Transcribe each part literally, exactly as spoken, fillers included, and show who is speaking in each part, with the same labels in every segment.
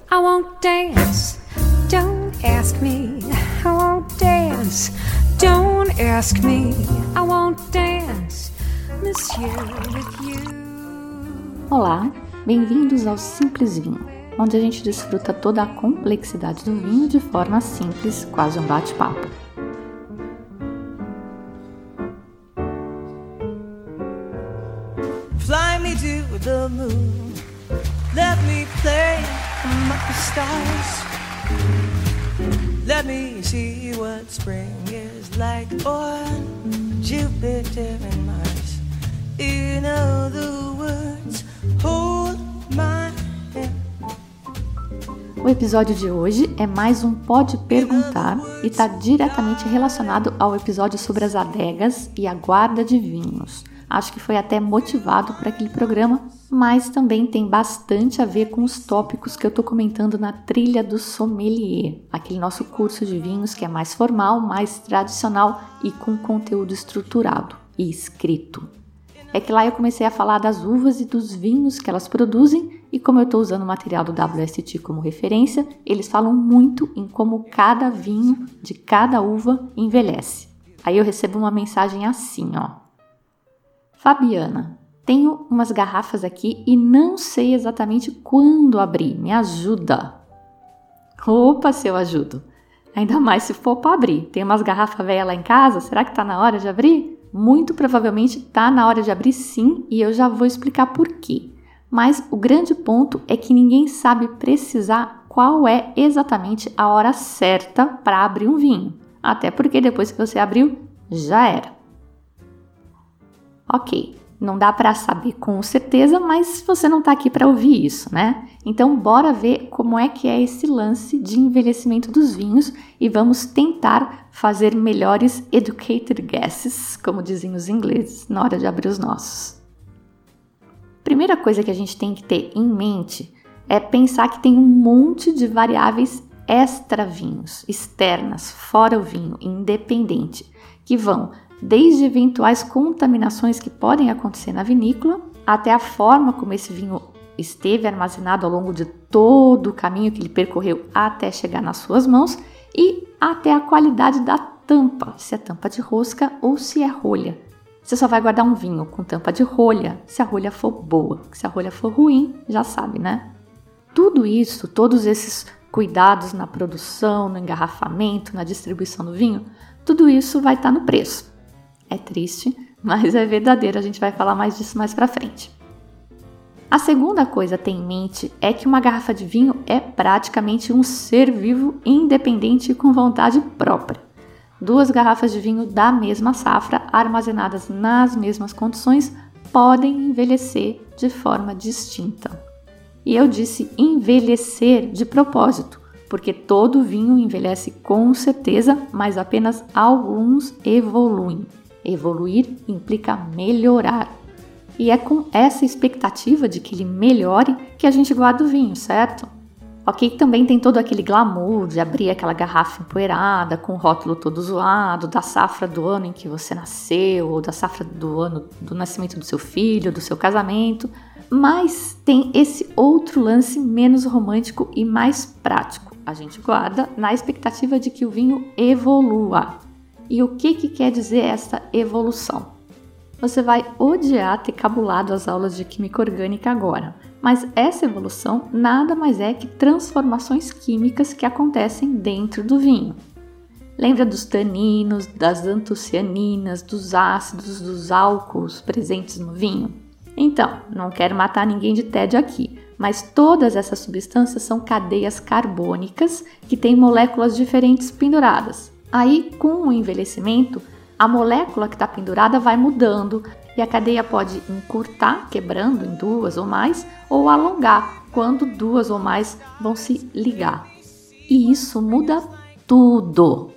Speaker 1: I won't dance, don't ask me. I won't dance, don't ask me. I won't dance, monsieur, with you.
Speaker 2: Olá, bem-vindos ao Simples Vinho, onde a gente desfruta toda a complexidade do vinho de forma simples, quase um bate-papo.
Speaker 3: Fly me to the moon, let me play among the stars. Let me see what spring is like on Jupiter and Mars. In other words, hold my hand.
Speaker 2: O episódio de hoje é mais um Pode Perguntar e está diretamente relacionado ao episódio sobre as adegas e a guarda de vinhos. Acho que foi até motivado por aquele programa, mas também tem bastante a ver com os tópicos que eu estou comentando na Trilha do Sommelier, aquele nosso curso de vinhos que é mais formal, mais tradicional e com conteúdo estruturado e escrito. É que lá eu comecei a falar das uvas e dos vinhos que elas produzem e como eu estou usando o material do W S T como referência, eles falam muito em como cada vinho de cada uva envelhece. Aí eu recebo uma mensagem assim, ó. Fabiana, tenho umas garrafas aqui e não sei exatamente quando abrir, me ajuda. Opa, se eu ajudo. Ainda mais se for para abrir. Tem umas garrafas velhas lá em casa, será que está na hora de abrir? Muito provavelmente está na hora de abrir sim e eu já vou explicar por quê. Mas o grande ponto é que ninguém sabe precisar qual é exatamente a hora certa para abrir um vinho. Até porque depois que você abriu, já era. Ok, não dá para saber com certeza, mas você não está aqui para ouvir isso, né? Então, bora ver como é que é esse lance de envelhecimento dos vinhos e vamos tentar fazer melhores educated guesses, como dizem os ingleses, na hora de abrir os nossos. Primeira coisa que a gente tem que ter em mente é pensar que tem um monte de variáveis extra vinhos, externas, fora o vinho, independente, que vão desde eventuais contaminações que podem acontecer na vinícola, até a forma como esse vinho esteve armazenado ao longo de todo o caminho que ele percorreu até chegar nas suas mãos e até a qualidade da tampa, se é tampa de rosca ou se é rolha. Você só vai guardar um vinho com tampa de rolha se a rolha for boa, se a rolha for ruim, já sabe, né? Tudo isso, todos esses cuidados na produção, no engarrafamento, na distribuição do vinho, tudo isso vai estar no preço. É triste, mas é verdadeiro, a gente vai falar mais disso mais pra frente. A segunda coisa a ter em mente é que uma garrafa de vinho é praticamente um ser vivo independente e com vontade própria. Duas garrafas de vinho da mesma safra, armazenadas nas mesmas condições, podem envelhecer de forma distinta. E eu disse envelhecer de propósito, porque todo vinho envelhece com certeza, mas apenas alguns evoluem. Evoluir implica melhorar. E é com essa expectativa de que ele melhore que a gente guarda o vinho, certo? Ok, também tem todo aquele glamour de abrir aquela garrafa empoeirada, com o rótulo todo zoado, da safra do ano em que você nasceu, ou da safra do ano do nascimento do seu filho, do seu casamento. Mas tem esse outro lance menos romântico e mais prático. A gente guarda na expectativa de que o vinho evolua. E o que, que quer dizer essa evolução? Você vai odiar ter cabulado as aulas de química orgânica agora, mas essa evolução nada mais é que transformações químicas que acontecem dentro do vinho. Lembra dos taninos, das antocianinas, dos ácidos, dos álcools presentes no vinho? Então, não quero matar ninguém de tédio aqui, mas todas essas substâncias são cadeias carbônicas que têm moléculas diferentes penduradas. Aí, com o envelhecimento, a molécula que está pendurada vai mudando e a cadeia pode encurtar, quebrando em duas ou mais, ou alongar, quando duas ou mais vão se ligar. E isso muda tudo.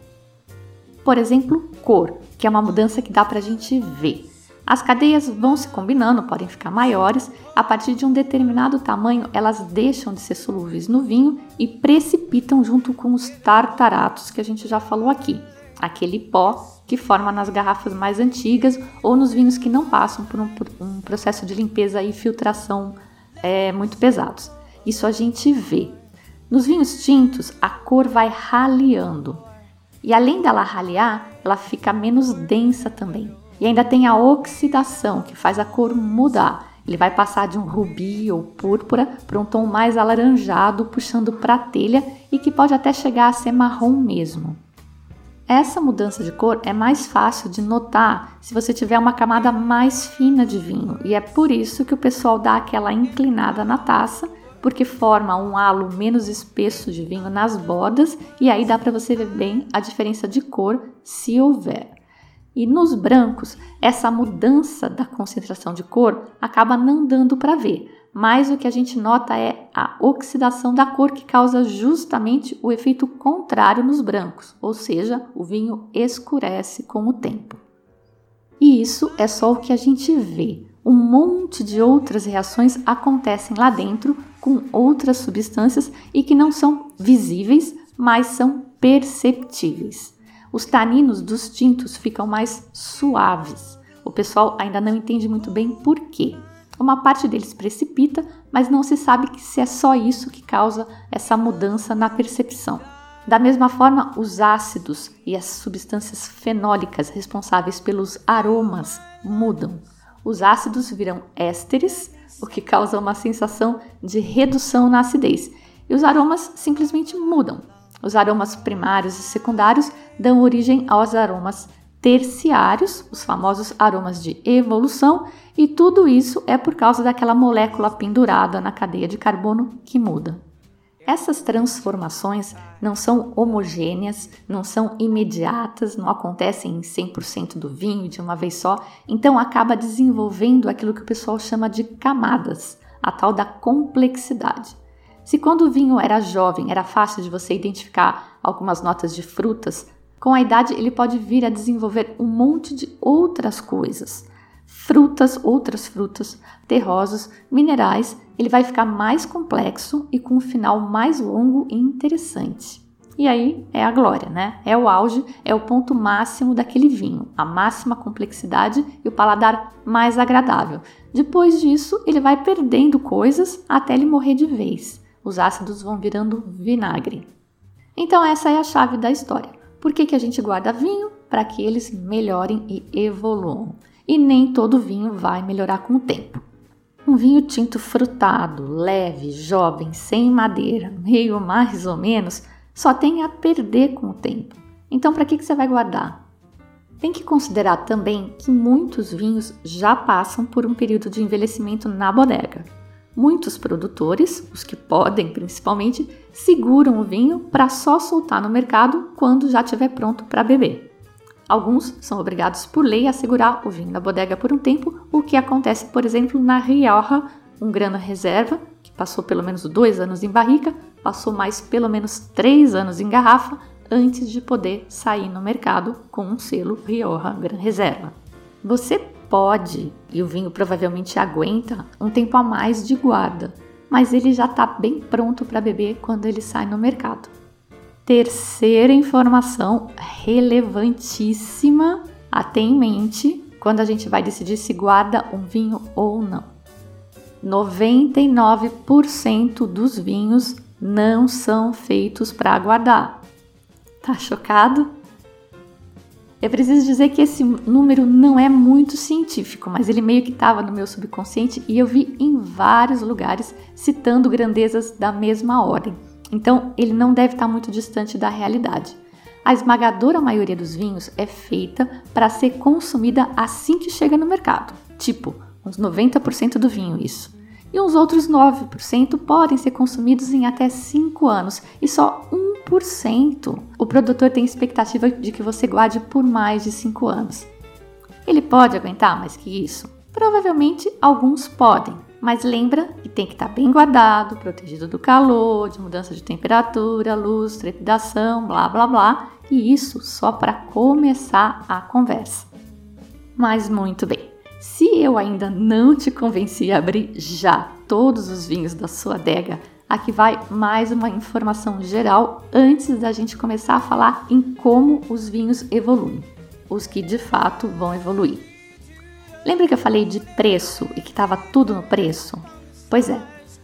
Speaker 2: Por exemplo, cor, que é uma mudança que dá para a gente ver. As cadeias vão se combinando, podem ficar maiores. A partir de um determinado tamanho, elas deixam de ser solúveis no vinho e precipitam junto com os tartaratos que a gente já falou aqui. Aquele pó que forma nas garrafas mais antigas ou nos vinhos que não passam por um, por um processo de limpeza e filtração é, muito pesados. Isso a gente vê. Nos vinhos tintos, a cor vai raleando. E além dela ralear, ela fica menos densa também. E ainda tem a oxidação, que faz a cor mudar. Ele vai passar de um rubi ou púrpura para um tom mais alaranjado, puxando para a telha e que pode até chegar a ser marrom mesmo. Essa mudança de cor é mais fácil de notar se você tiver uma camada mais fina de vinho, e é por isso que o pessoal dá aquela inclinada na taça, porque forma um halo menos espesso de vinho nas bordas, e aí dá para você ver bem a diferença de cor, se houver. E nos brancos, essa mudança da concentração de cor acaba não dando para ver, mas o que a gente nota é a oxidação da cor, que causa justamente o efeito contrário nos brancos, ou seja, o vinho escurece com o tempo. E isso é só o que a gente vê. Um monte de outras reações acontecem lá dentro com outras substâncias e que não são visíveis, mas são perceptíveis. Os taninos dos tintos ficam mais suaves. O pessoal ainda não entende muito bem por quê. Uma parte deles precipita, mas não se sabe se é só isso que causa essa mudança na percepção. Da mesma forma, os ácidos e as substâncias fenólicas responsáveis pelos aromas mudam. Os ácidos viram ésteres, o que causa uma sensação de redução na acidez, e os aromas simplesmente mudam. Os aromas primários e secundários dão origem aos aromas terciários, os famosos aromas de evolução, e tudo isso é por causa daquela molécula pendurada na cadeia de carbono que muda. Essas transformações não são homogêneas, não são imediatas, não acontecem em cem por cento do vinho de uma vez só, então acaba desenvolvendo aquilo que o pessoal chama de camadas, a tal da complexidade. Se quando o vinho era jovem era fácil de você identificar algumas notas de frutas, com a idade ele pode vir a desenvolver um monte de outras coisas. Frutas, outras frutas, terrosos, minerais, ele vai ficar mais complexo e com um final mais longo e interessante. E aí é a glória, né? É o auge, é o ponto máximo daquele vinho, a máxima complexidade e o paladar mais agradável. Depois disso, ele vai perdendo coisas até ele morrer de vez. Os ácidos vão virando vinagre. Então essa é a chave da história. Por que que a gente guarda vinho? Para que eles melhorem e evoluam. E nem todo vinho vai melhorar com o tempo. Um vinho tinto frutado, leve, jovem, sem madeira, meio mais ou menos, só tem a perder com o tempo. Então para que que você vai guardar? Tem que considerar também que muitos vinhos já passam por um período de envelhecimento na bodega. Muitos produtores, os que podem principalmente, seguram o vinho para só soltar no mercado quando já estiver pronto para beber. Alguns são obrigados por lei a segurar o vinho na bodega por um tempo, o que acontece, por exemplo, na Rioja, um grana reserva, que passou pelo menos dois anos em barrica, passou mais pelo menos três anos em garrafa, antes de poder sair no mercado com um selo Rioja Gran Reserva. Você pode, e o vinho provavelmente aguenta, um tempo a mais de guarda, mas ele já está bem pronto para beber quando ele sai no mercado. Terceira informação relevantíssima a ter em mente quando a gente vai decidir se guarda um vinho ou não. noventa e nove por cento dos vinhos não são feitos para guardar. Tá chocado? Eu preciso dizer que esse número não é muito científico, mas ele meio que estava no meu subconsciente e eu vi em vários lugares citando grandezas da mesma ordem. Então, ele não deve estar muito distante da realidade. A esmagadora maioria dos vinhos é feita para ser consumida assim que chega no mercado. Tipo, uns noventa por cento do vinho isso. E uns outros nove por cento podem ser consumidos em até cinco anos e só um por cento o produtor tem expectativa de que você guarde por mais de cinco anos. Ele pode aguentar mais que isso? Provavelmente alguns podem, mas lembra que tem que estar bem guardado, protegido do calor, de mudança de temperatura, luz, trepidação, blá blá blá, e isso só para começar a conversa. Mas muito bem. Se eu ainda não te convenci a abrir já todos os vinhos da sua adega, aqui vai mais uma informação geral antes da gente começar a falar em como os vinhos evoluem, os que de fato vão evoluir. Lembra que eu falei de preço e que estava tudo no preço? Pois é,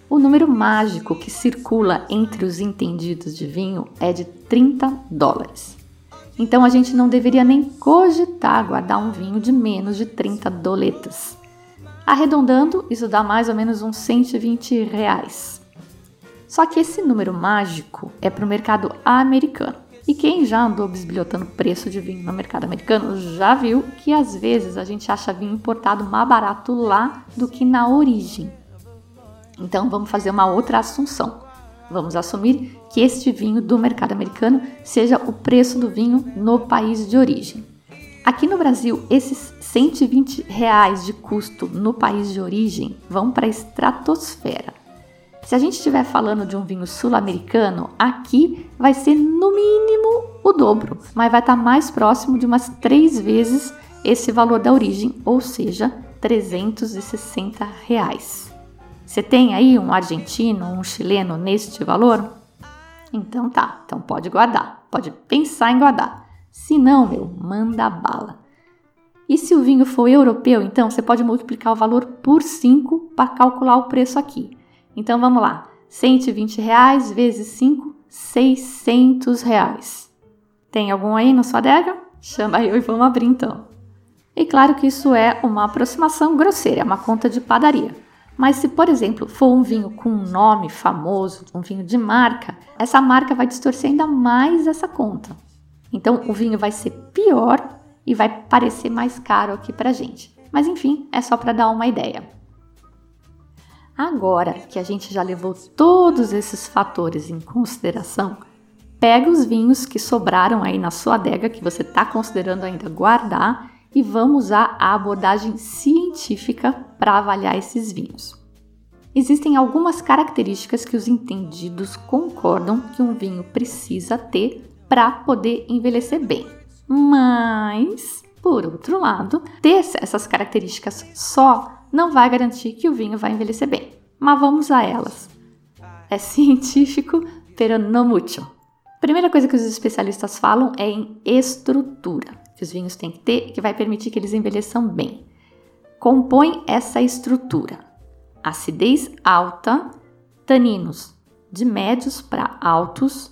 Speaker 2: O número mágico que circula entre os entendidos de vinho é de trinta dólares. Então a gente não deveria nem cogitar guardar um vinho de menos de trinta doletas. Arredondando, isso dá mais ou menos uns cento e vinte reais. Só que esse número mágico é para o mercado americano. E quem já andou bisbilhotando preço de vinho no mercado americano já viu que às vezes a gente acha vinho importado mais barato lá do que na origem. Então vamos fazer uma outra assunção. Vamos assumir que este vinho do mercado americano seja o preço do vinho no país de origem. Aqui no Brasil, esses cento e vinte reais de custo no país de origem vão para a estratosfera. Se a gente estiver falando de um vinho sul-americano, aqui vai ser no mínimo o dobro, mas vai estar mais próximo de umas três vezes esse valor da origem, ou seja, trezentos e sessenta reais. Você tem aí um argentino, um chileno neste valor? Então tá, então pode guardar, pode pensar em guardar. Se não, meu, manda bala. E se o vinho for europeu, então você pode multiplicar o valor por cinco para calcular o preço aqui. Então vamos lá, cento e vinte reais vezes cinco, seiscentos reais. Tem algum aí na sua adega? Chama eu e vamos abrir então. E claro que isso é uma aproximação grosseira, é uma conta de padaria. Mas se, por exemplo, for um vinho com um nome famoso, um vinho de marca, essa marca vai distorcer ainda mais essa conta. Então o vinho vai ser pior e vai parecer mais caro aqui pra gente. Mas enfim, é só para dar uma ideia. Agora que a gente já levou todos esses fatores em consideração, pega os vinhos que sobraram aí na sua adega, que você está considerando ainda guardar, e vamos usar a abordagem científica para avaliar esses vinhos. Existem algumas características que os entendidos concordam que um vinho precisa ter para poder envelhecer bem. Mas, por outro lado, ter essas características só não vai garantir que o vinho vai envelhecer bem, mas vamos a elas. É científico, pero no mucho. A primeira coisa que os especialistas falam é em estrutura, que os vinhos têm que ter, que vai permitir que eles envelheçam bem. Compõe essa estrutura: acidez alta, taninos de médios para altos,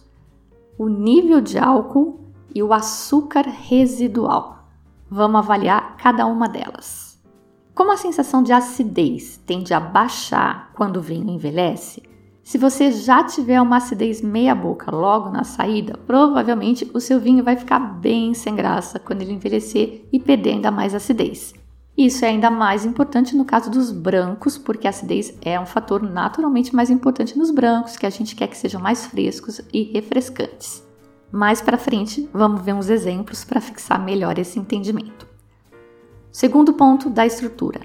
Speaker 2: o nível de álcool e o açúcar residual. Vamos avaliar cada uma delas. Como a sensação de acidez tende a baixar quando o vinho envelhece, se você já tiver uma acidez meia boca logo na saída, provavelmente o seu vinho vai ficar bem sem graça quando ele envelhecer e perder ainda mais acidez. Isso é ainda mais importante no caso dos brancos, porque a acidez é um fator naturalmente mais importante nos brancos, que a gente quer que sejam mais frescos e refrescantes. Mais para frente, vamos ver uns exemplos para fixar melhor esse entendimento. Segundo ponto da estrutura,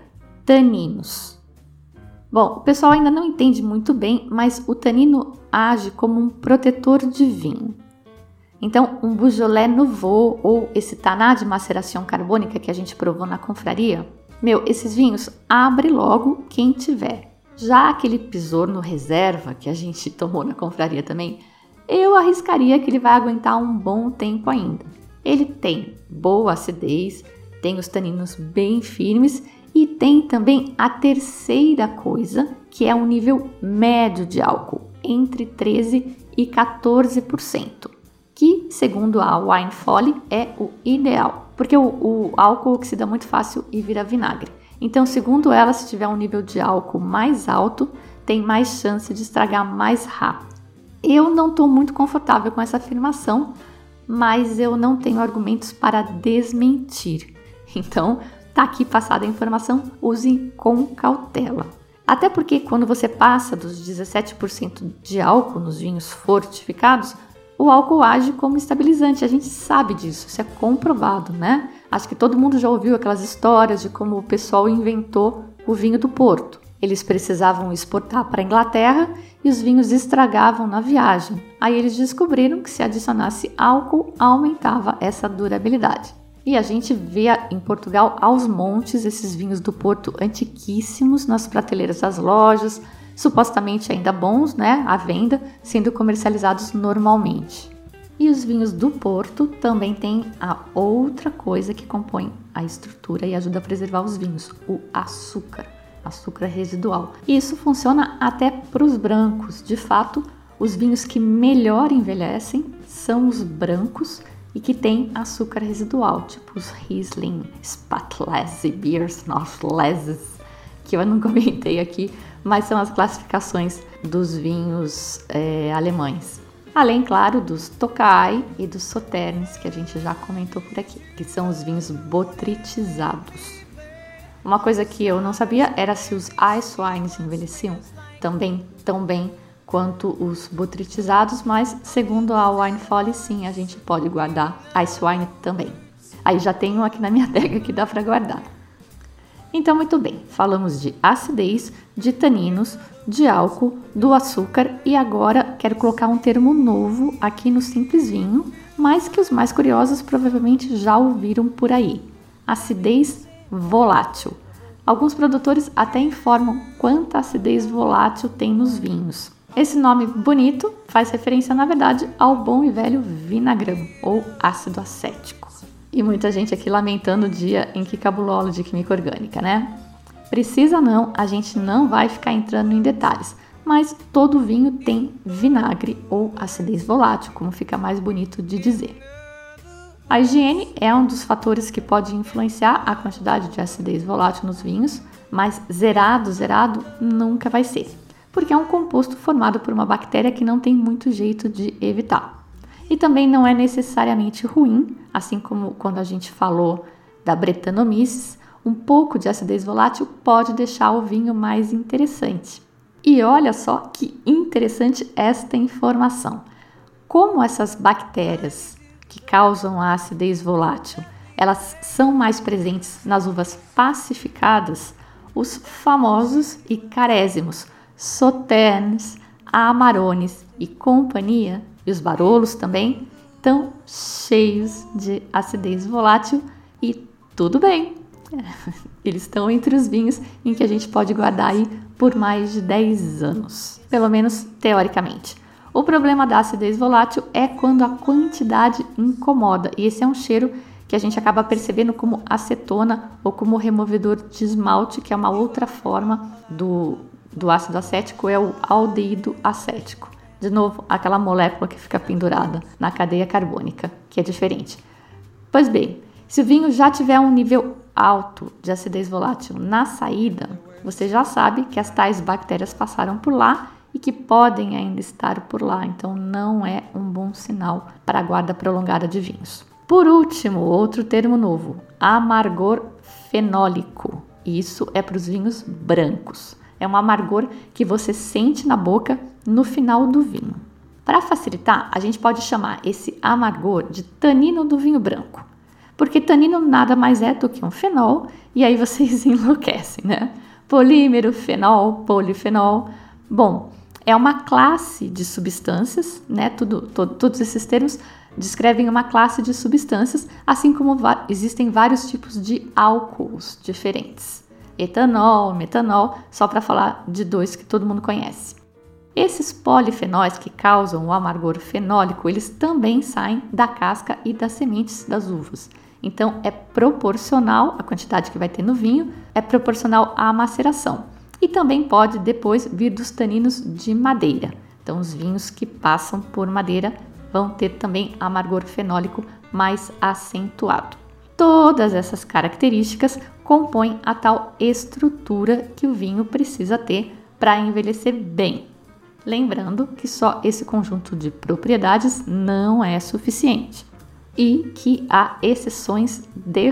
Speaker 2: taninos. Bom, o pessoal ainda não entende muito bem, mas o tanino age como um protetor de vinho. Então, um Beaujolais Nouveau ou esse Taná de maceração carbônica que a gente provou na confraria, meu, esses vinhos abre logo quem tiver. Já aquele Pisorno Reserva que a gente tomou na confraria também, eu arriscaria que ele vai aguentar um bom tempo ainda. Ele tem boa acidez, tem os taninos bem firmes e tem também a terceira coisa, que é um nível médio de álcool, entre treze e quatorze por cento, que, segundo a Wine Folly, é o ideal, porque o, o álcool oxida muito fácil e vira vinagre. Então, segundo ela, se tiver um nível de álcool mais alto, tem mais chance de estragar mais rápido. Eu não estou muito confortável com essa afirmação, mas eu não tenho argumentos para desmentir. Então, tá aqui passada a informação, use com cautela. Até porque quando você passa dos dezessete por cento de álcool nos vinhos fortificados, o álcool age como estabilizante. A gente sabe disso, isso é comprovado, né? Acho que todo mundo já ouviu aquelas histórias de como o pessoal inventou o vinho do Porto. Eles precisavam exportar para a Inglaterra e os vinhos estragavam na viagem. Aí eles descobriram que se adicionasse álcool, aumentava essa durabilidade. E a gente vê em Portugal aos montes esses vinhos do Porto antiquíssimos nas prateleiras das lojas, supostamente ainda bons, né, à venda, sendo comercializados normalmente. E os vinhos do Porto também têm a outra coisa que compõe a estrutura e ajuda a preservar os vinhos, o açúcar. açúcar residual. E isso funciona até para os brancos. De fato, os vinhos que melhor envelhecem são os brancos e que têm açúcar residual, tipo os Riesling, Spätlese, Biersnofleses, que eu não comentei aqui, mas são as classificações dos vinhos é, alemães. Além, claro, dos Tokai e dos Sauternes, que a gente já comentou por aqui, que são os vinhos botritizados. Uma coisa que eu não sabia era se os Ice Wines envelheciam também tão bem quanto os botritizados, mas segundo a Wine Folly, sim, a gente pode guardar Ice Wine também. Aí já tenho aqui na minha adega que dá para guardar. Então, muito bem, falamos de acidez, de taninos, de álcool, do açúcar e agora quero colocar um termo novo aqui no Simples Vinho, mas que os mais curiosos provavelmente já ouviram por aí. Acidez volátil. Alguns produtores até informam quanta acidez volátil tem nos vinhos. Esse nome bonito faz referência, na verdade, ao bom e velho vinagrão ou ácido acético. E muita gente aqui lamentando o dia em que cabulou a aula de química orgânica, né? Precisa não, a gente não vai ficar entrando em detalhes, mas todo vinho tem vinagre ou acidez volátil, como fica mais bonito de dizer. A higiene é um dos fatores que pode influenciar a quantidade de acidez volátil nos vinhos, mas zerado, zerado nunca vai ser, porque é um composto formado por uma bactéria que não tem muito jeito de evitar. E também não é necessariamente ruim, assim como quando a gente falou da Brettanomyces, um pouco de acidez volátil pode deixar o vinho mais interessante. E olha só que interessante esta informação. Como essas bactérias que causam a acidez volátil, elas são mais presentes nas uvas pacificadas, os famosos e carésimos Sauternes, Amarones e companhia, e os Barolos também, estão cheios de acidez volátil e tudo bem. Eles estão entre os vinhos em que a gente pode guardar aí por mais de dez anos, pelo menos teoricamente. O problema da acidez volátil é quando a quantidade incomoda, e esse é um cheiro que a gente acaba percebendo como acetona ou como removedor de esmalte, que é uma outra forma do, do ácido acético, é o aldeído acético. De novo, aquela molécula que fica pendurada na cadeia carbônica, que é diferente. Pois bem, se o vinho já tiver um nível alto de acidez volátil na saída, você já sabe que as tais bactérias passaram por lá e que podem ainda estar por lá, então não é um bom sinal para a guarda prolongada de vinhos. Por último, outro termo novo, amargor fenólico. Isso é para os vinhos brancos. É um amargor que você sente na boca no final do vinho. Para facilitar, a gente pode chamar esse amargor de tanino do vinho branco, porque tanino nada mais é do que um fenol, e aí vocês enlouquecem, né? Polímero, fenol, polifenol. Bom, é uma classe de substâncias, né? Tudo, todo, todos esses termos descrevem uma classe de substâncias, assim como existem vários tipos de álcools diferentes. Etanol, metanol, só para falar de dois que todo mundo conhece. Esses polifenóis que causam o amargor fenólico, eles também saem da casca e das sementes das uvas. Então, é proporcional, a quantidade que vai ter no vinho, é proporcional à maceração. E também pode depois vir dos taninos de madeira. Então, os vinhos que passam por madeira vão ter também amargor fenólico mais acentuado. Todas essas características compõem a tal estrutura que o vinho precisa ter para envelhecer bem. Lembrando que só esse conjunto de propriedades não é suficiente e que há exceções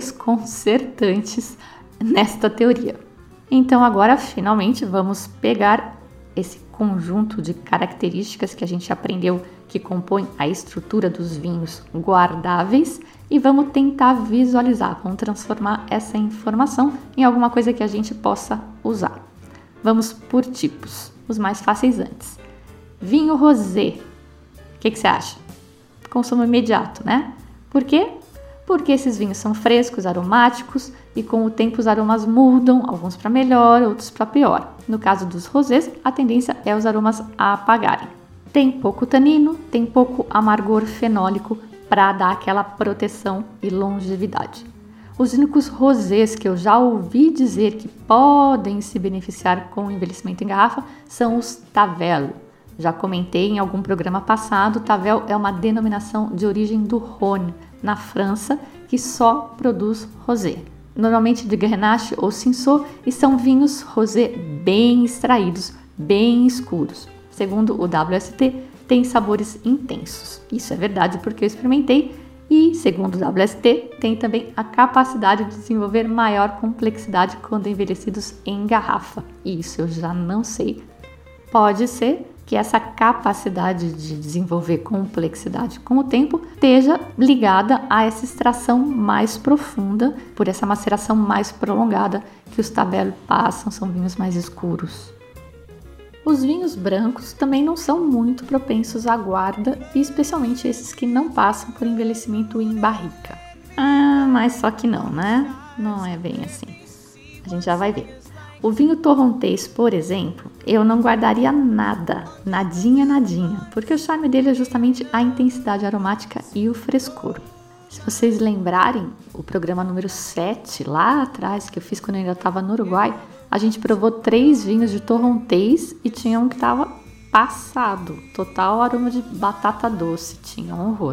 Speaker 2: desconcertantes nesta teoria. Então agora, finalmente, vamos pegar esse conjunto de características que a gente aprendeu que compõem a estrutura dos vinhos guardáveis e vamos tentar visualizar, vamos transformar essa informação em alguma coisa que a gente possa usar. Vamos por tipos, os mais fáceis antes. Vinho rosé, o que, que você acha? Consumo imediato, né? Por quê? Porque esses vinhos são frescos, aromáticos e com o tempo os aromas mudam, alguns para melhor, outros para pior. No caso dos rosés, a tendência é os aromas a apagarem. Tem pouco tanino, tem pouco amargor fenólico para dar aquela proteção e longevidade. Os únicos rosés que eu já ouvi dizer que podem se beneficiar com o envelhecimento em garrafa são os Tavel. Já comentei em algum programa passado, Tavel é uma denominação de origem do Rhône, na França, que só produz rosé. Normalmente de Grenache ou Cinsault, e são vinhos rosé bem extraídos, bem escuros. Segundo o W S T, tem sabores intensos. Isso é verdade porque eu experimentei e, segundo o W S T, tem também a capacidade de desenvolver maior complexidade quando envelhecidos em garrafa. Isso eu já não sei. Pode ser que essa capacidade de desenvolver complexidade com o tempo esteja ligada a essa extração mais profunda, por essa maceração mais prolongada que os Tavel passam, são vinhos mais escuros. Os vinhos brancos também não são muito propensos à guarda, e especialmente esses que não passam por envelhecimento em barrica. Ah, mas só que não, né? Não é bem assim. A gente já vai ver. O vinho torrontés, por exemplo, eu não guardaria nada, nadinha, nadinha, porque o charme dele é justamente a intensidade aromática e o frescor. Se vocês lembrarem, o programa número sete, lá atrás, que eu fiz quando eu ainda estava no Uruguai, a gente provou três vinhos de torrontés e tinha um que estava passado, total aroma de batata doce, tinha um horror.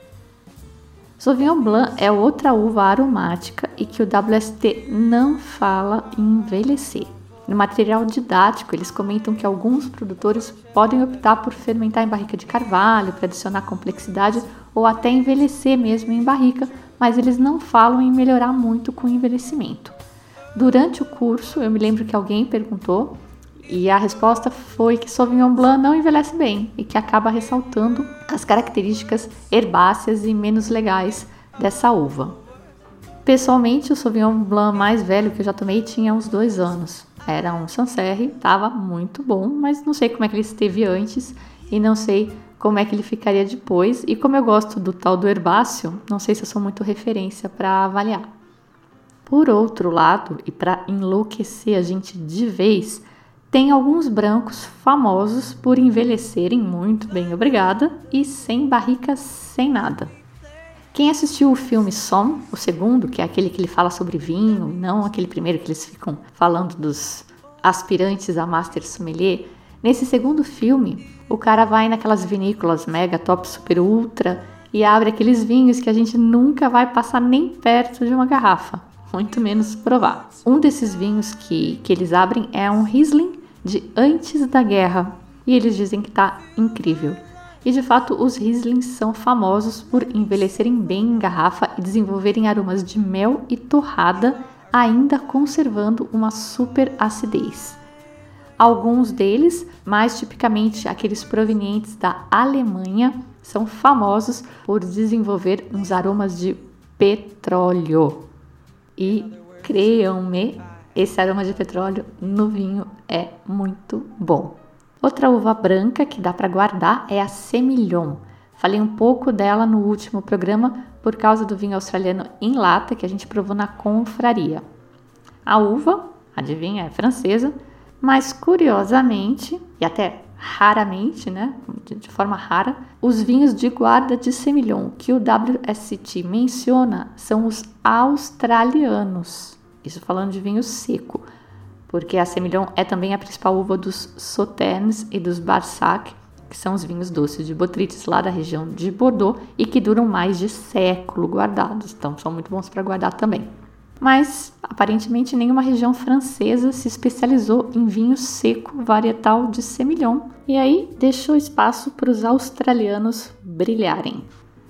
Speaker 2: Sauvignon Blanc é outra uva aromática e que o W S T não fala em envelhecer. No material didático, eles comentam que alguns produtores podem optar por fermentar em barrica de carvalho para adicionar complexidade ou até envelhecer mesmo em barrica, mas eles não falam em melhorar muito com o envelhecimento. Durante o curso, eu me lembro que alguém perguntou e a resposta foi que Sauvignon Blanc não envelhece bem e que acaba ressaltando as características herbáceas e menos legais dessa uva. Pessoalmente, o Sauvignon Blanc mais velho que eu já tomei tinha uns dois anos. Era um Sancerre, estava muito bom, mas não sei como é que ele esteve antes e não sei como é que ele ficaria depois. E como eu gosto do tal do herbáceo, não sei se eu sou muito referência para avaliar. Por outro lado, e para enlouquecer a gente de vez, tem alguns brancos famosos por envelhecerem muito bem, obrigada, e sem barrica, sem nada. Quem assistiu o filme Somme, o segundo, que é aquele que ele fala sobre vinho, não aquele primeiro que eles ficam falando dos aspirantes a Master Sommelier, nesse segundo filme, o cara vai naquelas vinícolas mega, top, super, ultra e abre aqueles vinhos que a gente nunca vai passar nem perto de uma garrafa, muito menos provar. Um desses vinhos que, que eles abrem é um Riesling de antes da guerra, e eles dizem que tá incrível. E de fato, os Rieslings são famosos por envelhecerem bem em garrafa e desenvolverem aromas de mel e torrada, ainda conservando uma super acidez. Alguns deles, mais tipicamente aqueles provenientes da Alemanha, são famosos por desenvolver uns aromas de petróleo. E creiam-me, esse aroma de petróleo no vinho é muito bom. Outra uva branca que dá para guardar é a Semillon. Falei um pouco dela no último programa por causa do vinho australiano em lata que a gente provou na confraria. A uva, adivinha, é francesa, mas curiosamente, e até raramente, né, de, de forma rara, os vinhos de guarda de Semillon que o W S T menciona são os australianos. Isso falando de vinho seco, porque a Semillon é também a principal uva dos Sauternes e dos Barsac, que são os vinhos doces de Botrytis lá da região de Bordeaux e que duram mais de século guardados, então são muito bons para guardar também. Mas, aparentemente, nenhuma região francesa se especializou em vinho seco varietal de Semillon, e aí deixou espaço para os australianos brilharem.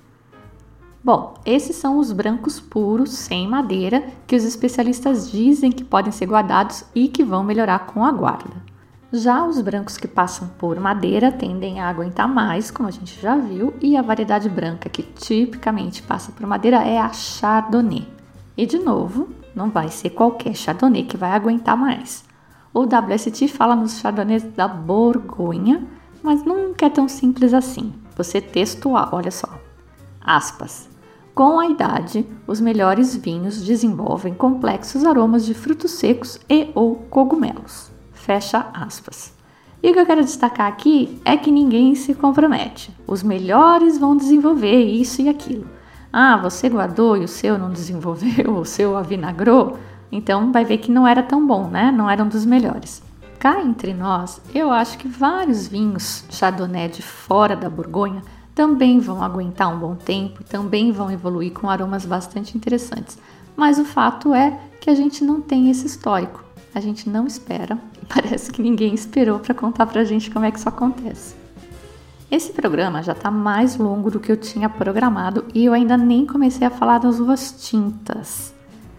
Speaker 2: Bom, esses são os brancos puros, sem madeira, que os especialistas dizem que podem ser guardados e que vão melhorar com a guarda. Já os brancos que passam por madeira tendem a aguentar mais, como a gente já viu, e a variedade branca que tipicamente passa por madeira é a Chardonnay. E de novo, não vai ser qualquer Chardonnay que vai aguentar mais. O W S T fala nos Chardonnays da Borgonha, mas nunca é tão simples assim. Você textual, olha só. Aspas. Com a idade, os melhores vinhos desenvolvem complexos aromas de frutos secos e ou cogumelos. Fecha aspas. E o que eu quero destacar aqui é que ninguém se compromete. Os melhores vão desenvolver isso e aquilo. Ah, você guardou e o seu não desenvolveu, o seu avinagrou, então vai ver que não era tão bom, né? Não era um dos melhores. Cá entre nós, eu acho que vários vinhos Chardonnay de fora da Borgonha também vão aguentar um bom tempo, também vão evoluir com aromas bastante interessantes. Mas o fato é que a gente não tem esse histórico, a gente não espera e parece que ninguém esperou para contar pra gente como é que isso acontece. Esse programa já está mais longo do que eu tinha programado e eu ainda nem comecei a falar das uvas tintas.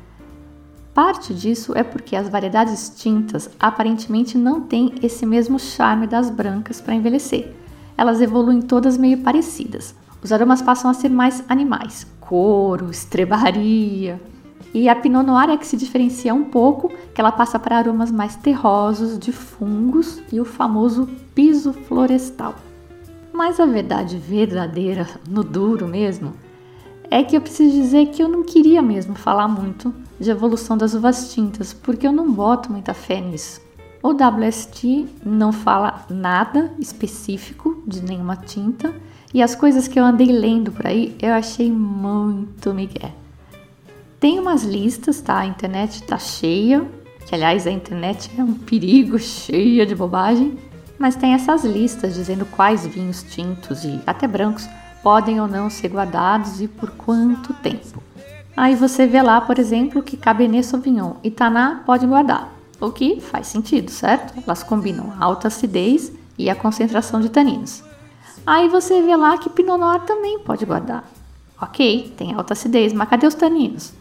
Speaker 2: Parte disso é porque as variedades tintas aparentemente não têm esse mesmo charme das brancas para envelhecer. Elas evoluem todas meio parecidas. Os aromas passam a ser mais animais, couro, estrebaria. E a Pinot Noir é que se diferencia um pouco, que ela passa para aromas mais terrosos, de fungos e o famoso piso florestal. Mas a verdade verdadeira, no duro mesmo, é que eu preciso dizer que eu não queria mesmo falar muito de evolução das uvas tintas, porque eu não boto muita fé nisso. O W S T não fala nada específico de nenhuma tinta, e as coisas que eu andei lendo por aí, eu achei muito migué. Tem umas listas, tá? A internet tá cheia, que aliás a internet é um perigo, cheia de bobagem, mas tem essas listas dizendo quais vinhos tintos e até brancos podem ou não ser guardados e por quanto tempo. Aí você vê lá, por exemplo, que Cabernet Sauvignon e Tannat pode guardar, o que faz sentido, certo? Elas combinam a alta acidez e a concentração de taninos. Aí você vê lá que Pinot Noir também pode guardar. Ok, tem alta acidez, mas cadê os taninos?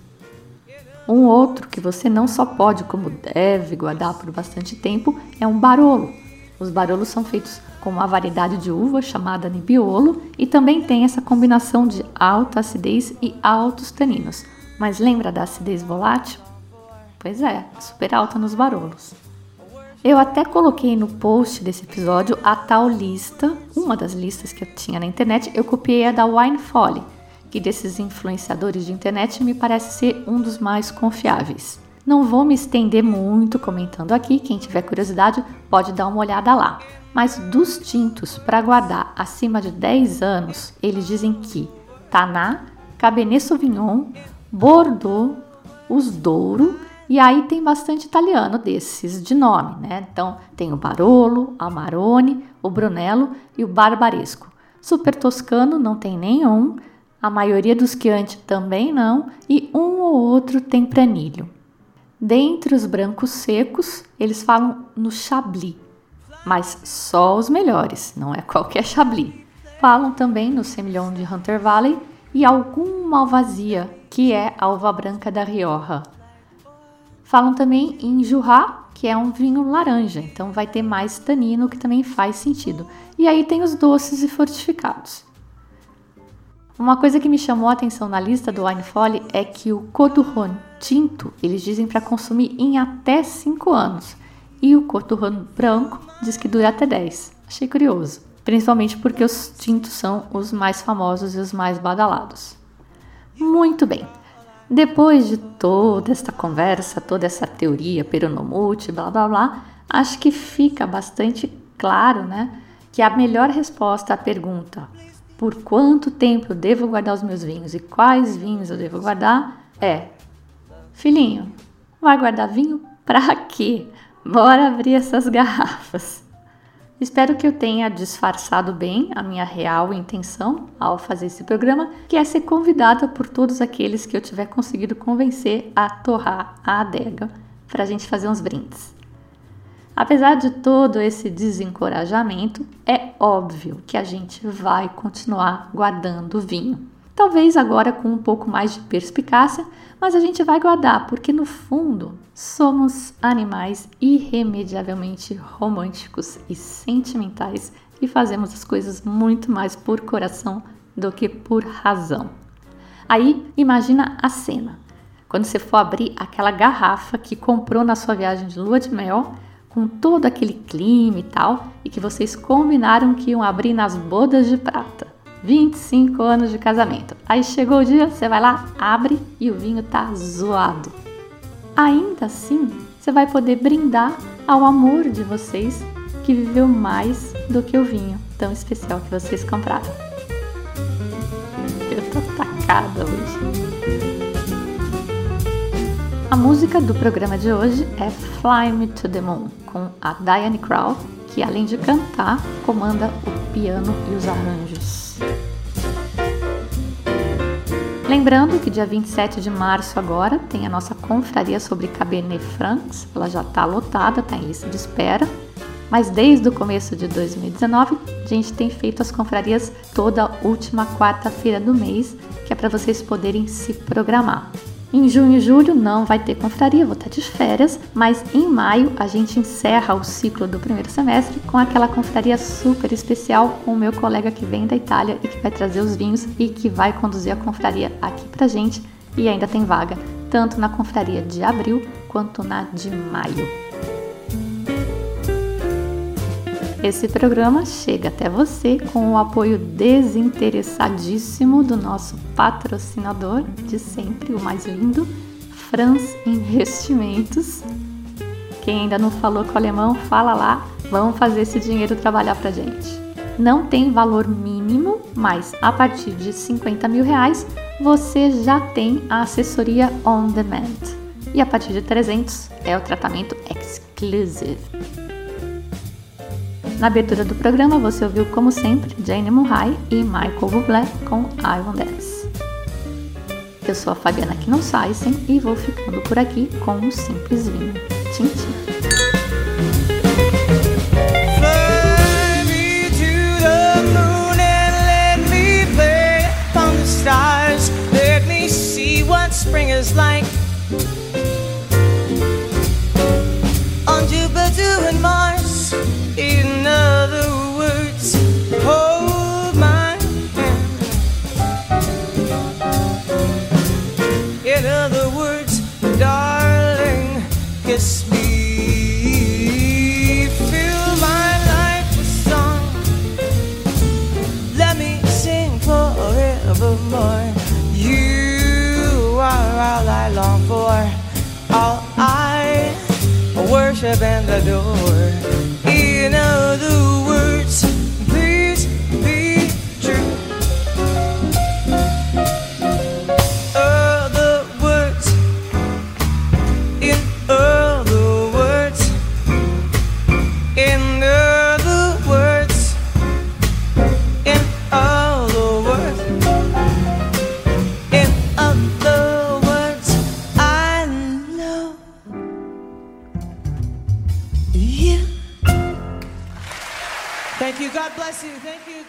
Speaker 2: Um outro que você não só pode, como deve guardar por bastante tempo é um Barolo. Os Barolos são feitos com uma variedade de uva chamada Nebbiolo e também tem essa combinação de alta acidez e altos taninos. Mas lembra da acidez volátil? Pois é, super alta nos Barolos. Eu até coloquei no post desse episódio a tal lista, uma das listas que eu tinha na internet, eu copiei a da Wine Folly, que desses influenciadores de internet me parece ser um dos mais confiáveis. Não vou me estender muito comentando aqui, quem tiver curiosidade pode dar uma olhada lá. Mas dos tintos para guardar acima de dez anos, eles dizem que Tannat, Cabernet Sauvignon, Bordeaux, os Douro, e aí tem bastante italiano desses de nome, né? Então tem o Barolo, Amarone, o Brunello e o Barbaresco. Super toscano não tem nenhum, a maioria dos Chianti também não, e um ou outro tempranillo. Dentre os brancos secos, eles falam no Chablis, mas só os melhores, não é qualquer Chablis. Falam também no Semillon de Hunter Valley e algum Malvasia, que é a uva branca da Rioja. Falam também em Jura, que é um vinho laranja, então vai ter mais tanino, que também faz sentido. E aí tem os doces e fortificados. Uma coisa que me chamou a atenção na lista do Wine Folly é que o Côte du Rhône tinto, eles dizem para consumir em até cinco anos. E o Côte du Rhône branco diz que dura até dez. Achei curioso, principalmente porque os tintos são os mais famosos e os mais badalados. Muito bem, depois de toda esta conversa, toda essa teoria peronomute, blá blá blá, acho que fica bastante claro, né, que a melhor resposta à pergunta por quanto tempo eu devo guardar os meus vinhos e quais vinhos eu devo guardar é: filhinho, vai guardar vinho pra quê? Bora abrir essas garrafas. Espero que eu tenha disfarçado bem a minha real intenção ao fazer esse programa, que é ser convidada por todos aqueles que eu tiver conseguido convencer a torrar a adega para a gente fazer uns brindes. Apesar de todo esse desencorajamento, é óbvio que a gente vai continuar guardando vinho. Talvez agora com um pouco mais de perspicácia, mas a gente vai guardar, porque no fundo somos animais irremediavelmente românticos e sentimentais e fazemos as coisas muito mais por coração do que por razão. Aí imagina a cena, quando você for abrir aquela garrafa que comprou na sua viagem de lua de mel, com todo aquele clima e tal, e que vocês combinaram que iam abrir nas bodas de prata. vinte e cinco anos de casamento. Aí chegou o dia, você vai lá, abre e o vinho tá zoado. Ainda assim, você vai poder brindar ao amor de vocês, que viveu mais do que o vinho tão especial que vocês compraram. Eu tô tacada hoje. A música do programa de hoje é Fly Me to the Moon, com a Diane Krall, que além de cantar, comanda o piano e os arranjos. Lembrando que dia vinte e sete de março agora tem a nossa confraria sobre Cabernet Franc, ela já está lotada, está em lista de espera, mas desde o começo de dois mil e dezenove a gente tem feito as confrarias toda última quarta-feira do mês, que é para vocês poderem se programar. Em junho e julho não vai ter confraria, vou estar de férias, mas em maio a gente encerra o ciclo do primeiro semestre com aquela confraria super especial com o meu colega que vem da Itália e que vai trazer os vinhos e que vai conduzir a confraria aqui pra gente, e ainda tem vaga, tanto na confraria de abril quanto na de maio. Esse programa chega até você com o apoio desinteressadíssimo do nosso patrocinador de sempre, o mais lindo, Franz Investimentos. Quem ainda não falou com o alemão, fala lá, vamos fazer esse dinheiro trabalhar pra gente. Não tem valor mínimo, mas a partir de cinquenta mil reais você já tem a assessoria on demand. E a partir de trezentos é o tratamento exclusive. Na abertura do programa você ouviu, como sempre, Jane Murray e Michael Bublé com I Won't Dance. Eu sou a Fabiana Knossaisen e vou ficando por aqui com um simples vinho. Tchim, tchim.
Speaker 3: Fly me to the moon and let me play on the stars. Let me see what spring is like on Jupiter and Mars. In other words, hold my hand. In other words, darling, kiss me. Fill my life with song. Let me sing forevermore. You are all I long for, all I worship and adore. In other words, please be true. Other words, in other words, in other words, in other words, in other words, I know you. Thank you. God bless you. Thank you.